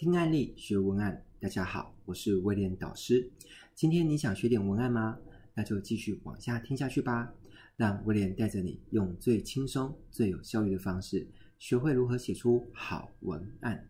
听案例学文案，大家好，我是威廉导师。今天你想学点文案吗？那就继续往下听下去吧。让威廉带着你用最轻松、最有效率的方式，学会如何写出好文案。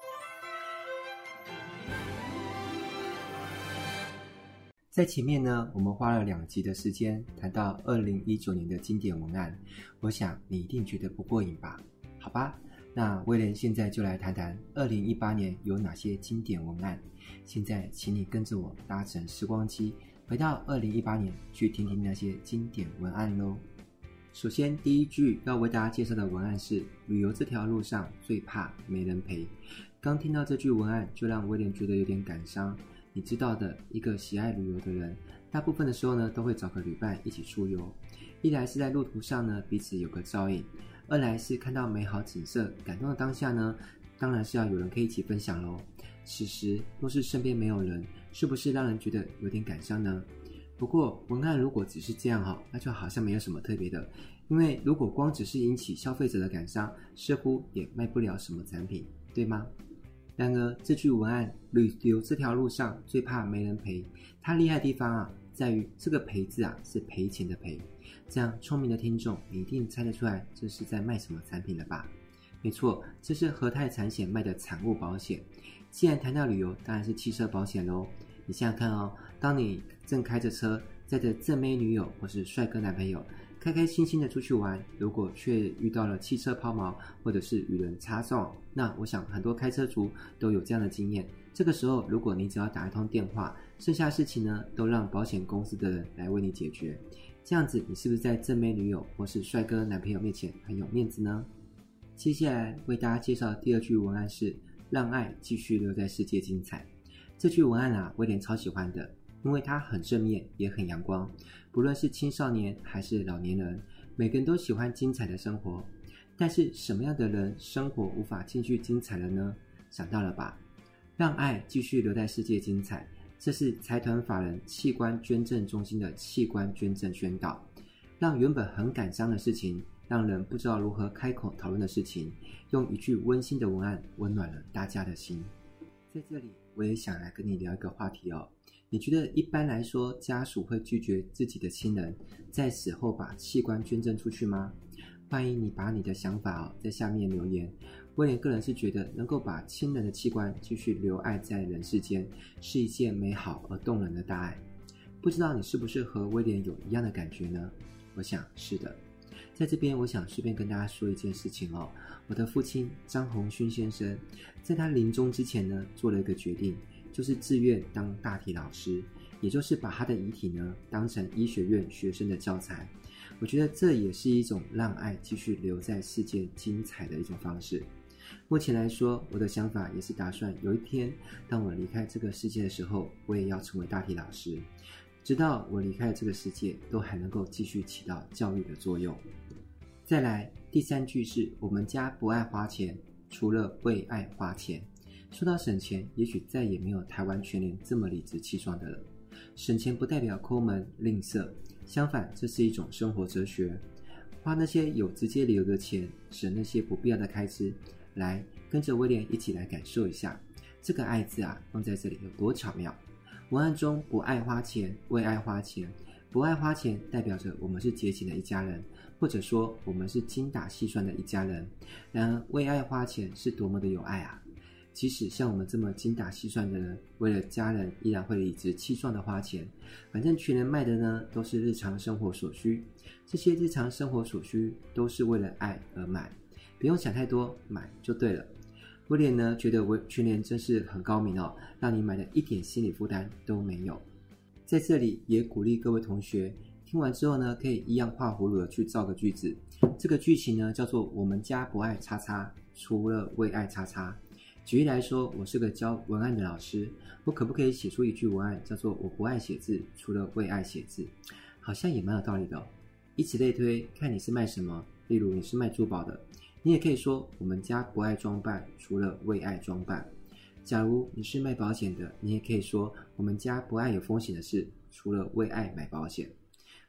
在前面呢，我们花了2集的时间谈到2019年的经典文案，我想你一定觉得不过瘾吧？好吧，那威廉现在就来谈谈2018年有哪些经典文案。现在请你跟着我搭乘时光机，回到2018年去听听那些经典文案咯。首先第一句要为大家介绍的文案是旅游这条路上最怕没人陪。刚听到这句文案就让威廉觉得有点感伤。你知道的，一个喜爱旅游的人，大部分的时候呢都会找个旅伴一起出游。一来是在路途上呢彼此有个照应，二来是看到美好景色感动的当下呢，当然是要有人可以一起分享咯。此时若是身边没有人，是不是让人觉得有点感伤呢？不过文案如果只是这样那就好像没有什么特别的，因为如果光只是引起消费者的感伤，似乎也卖不了什么产品，对吗？然而这句文案旅游这条路上最怕没人陪，它厉害的地方在于这个陪字是赔钱的赔。这样聪明的听众你一定猜得出来这是在卖什么产品了吧？没错，这是和泰产险卖的产物保险。既然谈到旅游，当然是汽车保险咯。你想想看当你正开着车载着正妹女友或是帅哥男朋友开开心心的出去玩，如果却遇到了汽车抛锚或者是与人擦撞，那我想很多开车族都有这样的经验。这个时候如果你只要打一通电话，剩下事情呢都让保险公司的人来为你解决，这样子你是不是在正妹女友或是帅哥男朋友面前很有面子呢？接下来为大家介绍的第二句文案是让爱继续留在世界精彩。这句文案威廉超喜欢的，因为它很正面也很阳光，不论是青少年还是老年人，每个人都喜欢精彩的生活。但是什么样的人生活无法继续精彩了呢？想到了吧？让爱继续留在世界精彩，这是财团法人器官捐赠中心的器官捐赠宣导，让原本很感伤的事情，让人不知道如何开口讨论的事情，用一句温馨的文案温暖了大家的心。在这里我也想来跟你聊一个话题你觉得一般来说家属会拒绝自己的亲人在死后把器官捐赠出去吗？欢迎你把你的想法在下面留言。威廉个人是觉得能够把亲人的器官继续留爱在人世间，是一件美好而动人的大爱。不知道你是不是和威廉有一样的感觉呢？我想是的。在这边我想顺便跟大家说一件事情我的父亲张鸿勋先生在他临终之前呢做了一个决定，就是自愿当大体老师，也就是把他的遗体呢当成医学院学生的教材。我觉得这也是一种让爱继续留在世界精彩的一种方式。目前来说，我的想法也是打算有一天当我离开这个世界的时候，我也要成为大体老师，直到我离开这个世界都还能够继续起到教育的作用。再来第3句是我们家不爱花钱，除了为爱花钱。说到省钱，也许再也没有台湾全联这么理直气壮的了。省钱不代表抠门吝啬，相反这是一种生活哲学。花那些有直接理由的钱，省那些不必要的开支。来跟着威廉一起来感受一下这个爱字放在这里有多巧妙。文案中不爱花钱，为爱花钱。不爱花钱代表着我们是节俭的一家人，或者说我们是精打细算的一家人。然而为爱花钱是多么的有爱即使像我们这么精打细算的人，为了家人依然会理直气壮的花钱。反正全人卖的呢都是日常生活所需，这些日常生活所需都是为了爱而买，不用想太多，买就对了。威廉呢觉得全联真是很高明让你买的一点心理负担都没有。在这里也鼓励各位同学听完之后呢，可以一样画葫芦的去造个句子。这个句型呢叫做我们家不爱叉叉，除了为爱叉叉。举例来说，我是个教文案的老师，我可不可以写出一句文案叫做我不爱写字，除了为爱写字？好像也蛮有道理的以此类推，看你是卖什么。例如你是卖珠宝的，你也可以说我们家不爱装扮，除了为爱装扮。假如你是卖保险的，你也可以说我们家不爱有风险的事，除了为爱买保险。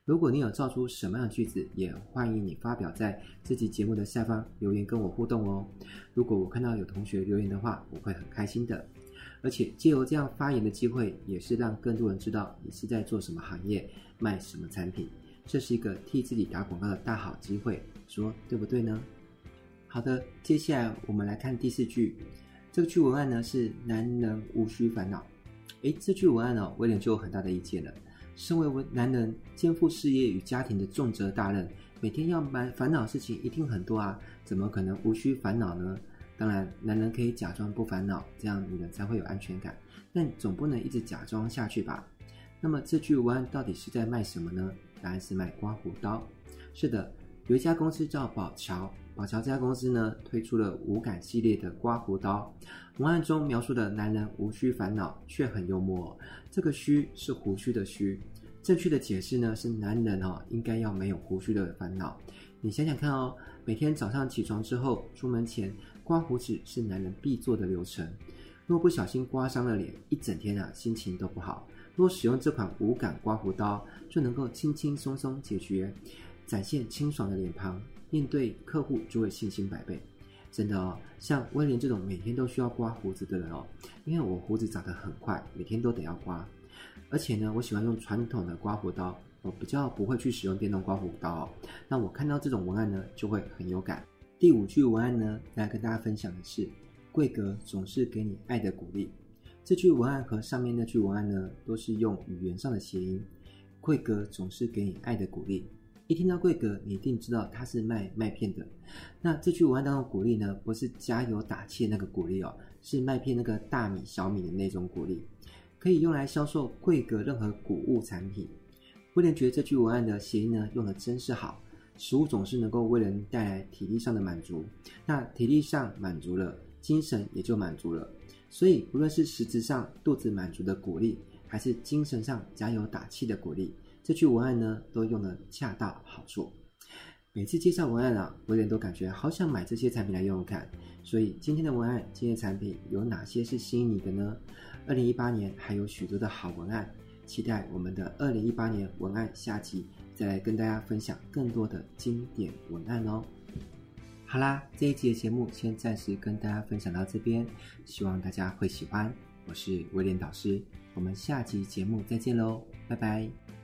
如果你有造出什么样的句子，也欢迎你发表在这集节目的下方留言跟我互动哦。如果我看到有同学留言的话，我会很开心的。而且借由这样发言的机会，也是让更多人知道你是在做什么行业，卖什么产品，这是一个替自己打广告的大好机会，说对不对呢？好的，接下来我们来看第4句。这个句文案呢是男人无需烦恼。这句文案威廉就有很大的意见了。身为男人，肩负事业与家庭的重责大任，每天要烦恼的事情一定很多啊，怎么可能无需烦恼呢？当然，男人可以假装不烦恼，这样女人才会有安全感，但总不能一直假装下去吧。那么这句文案到底是在卖什么呢？答案是卖刮胡刀。是的，有一家公司叫宝乔这家公司呢推出了无感系列的刮胡刀。文案中描述的男人无需烦恼，却很幽默这个须是胡须的须，正确的解释呢是男人应该要没有胡须的烦恼。你想想看每天早上起床之后，出门前刮胡子是男人必做的流程。若不小心刮伤了脸，一整天心情都不好。若使用这款无感刮胡刀，就能够轻轻松松解决，展现清爽的脸庞，面对客户就会信心100倍。真的像威廉这种每天都需要刮胡子的人因为我胡子长得很快，每天都得要刮。而且呢，我喜欢用传统的刮胡刀，我比较不会去使用电动刮胡刀那我看到这种文案呢，就会很有感。第5句文案呢，来跟大家分享的是贵格总是给你爱的鼓励。这句文案和上面那句文案呢，都是用语言上的谐音。贵格总是给你爱的鼓励，一听到贵格，你一定知道它是卖麦片的。那这句文案当中的鼓励呢，不是加油打气的那个鼓励是麦片那个大米小米的那种鼓励，可以用来销售贵格任何谷物产品。威廉觉得这句文案的谐音呢，用的真是好。食物总是能够为人带来体力上的满足，那体力上满足了，精神也就满足了。所以无论是实质上肚子满足的鼓励，还是精神上加油打气的鼓励，这句文案呢都用得恰到好处。每次介绍文案威廉都感觉好想买这些产品来用用看。所以今天的文案，今天的产品有哪些是吸引你的呢？2018年还有许多的好文案，期待我们的2018年文案下集再来跟大家分享更多的经典文案哦。好啦，这一集的节目先暂时跟大家分享到这边，希望大家会喜欢。我是威廉导师，我们下集节目再见咯，拜拜。